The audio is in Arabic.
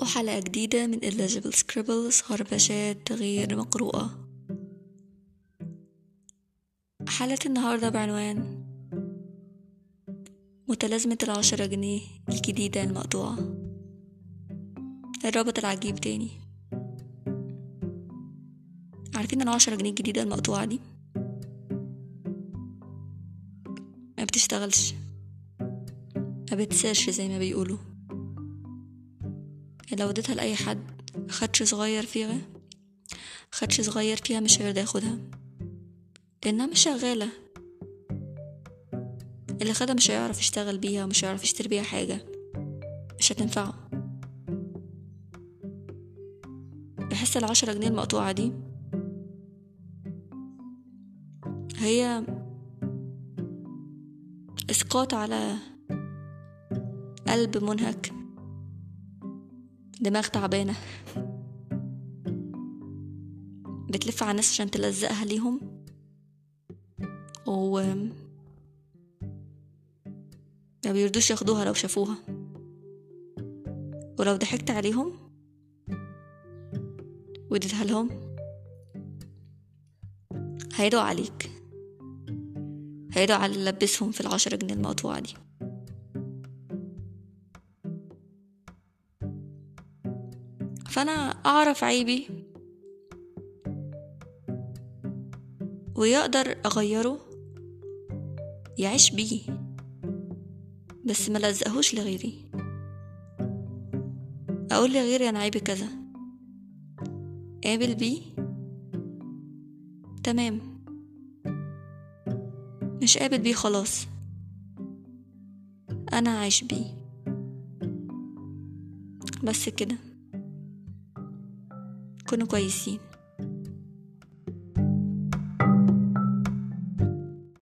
وحلقة جديدة من Illegible Scribbles، هربشات غير مقروءة. حلقة النهاردة بعنوان متلازمة 10 جنيه الجديدة المقطوعة. الرابط العجيب تاني. عارفين 10 جنيه الجديدة المقطوعة دي ما بتشتغلش، ما بتسيرش زي ما بيقولوا. لو اديتها لأي حد خدش صغير فيها مش هيرضى ياخدها لأنها مش شغالة. اللي خدها مش هيعرف يشتغل بيها ومش هيعرف يشتري بيها حاجة، مش هتنفعه. بحس 10 جنيه المقطوعة دي هي إسقاط على قلب منهك، دماغ تعبانة بتلف على الناس عشان تلزقها ليهم، ما بيردوش ياخدوها لو شافوها. ولو ضحكت عليهم واديتها لهم هيدعوا عليك، هيدعوا على اللي لبسهم في 10 جنيه المقطوعة دي. فأنا أعرف عيبي ويقدر أغيره يعيش بيه، بس ما لزقهوش لغيري. أقول لغيري أنا عيبي كذا، قابل بيه تمام، مش قابل بيه خلاص أنا عايش بيه، بس كده. كونوا كويسين.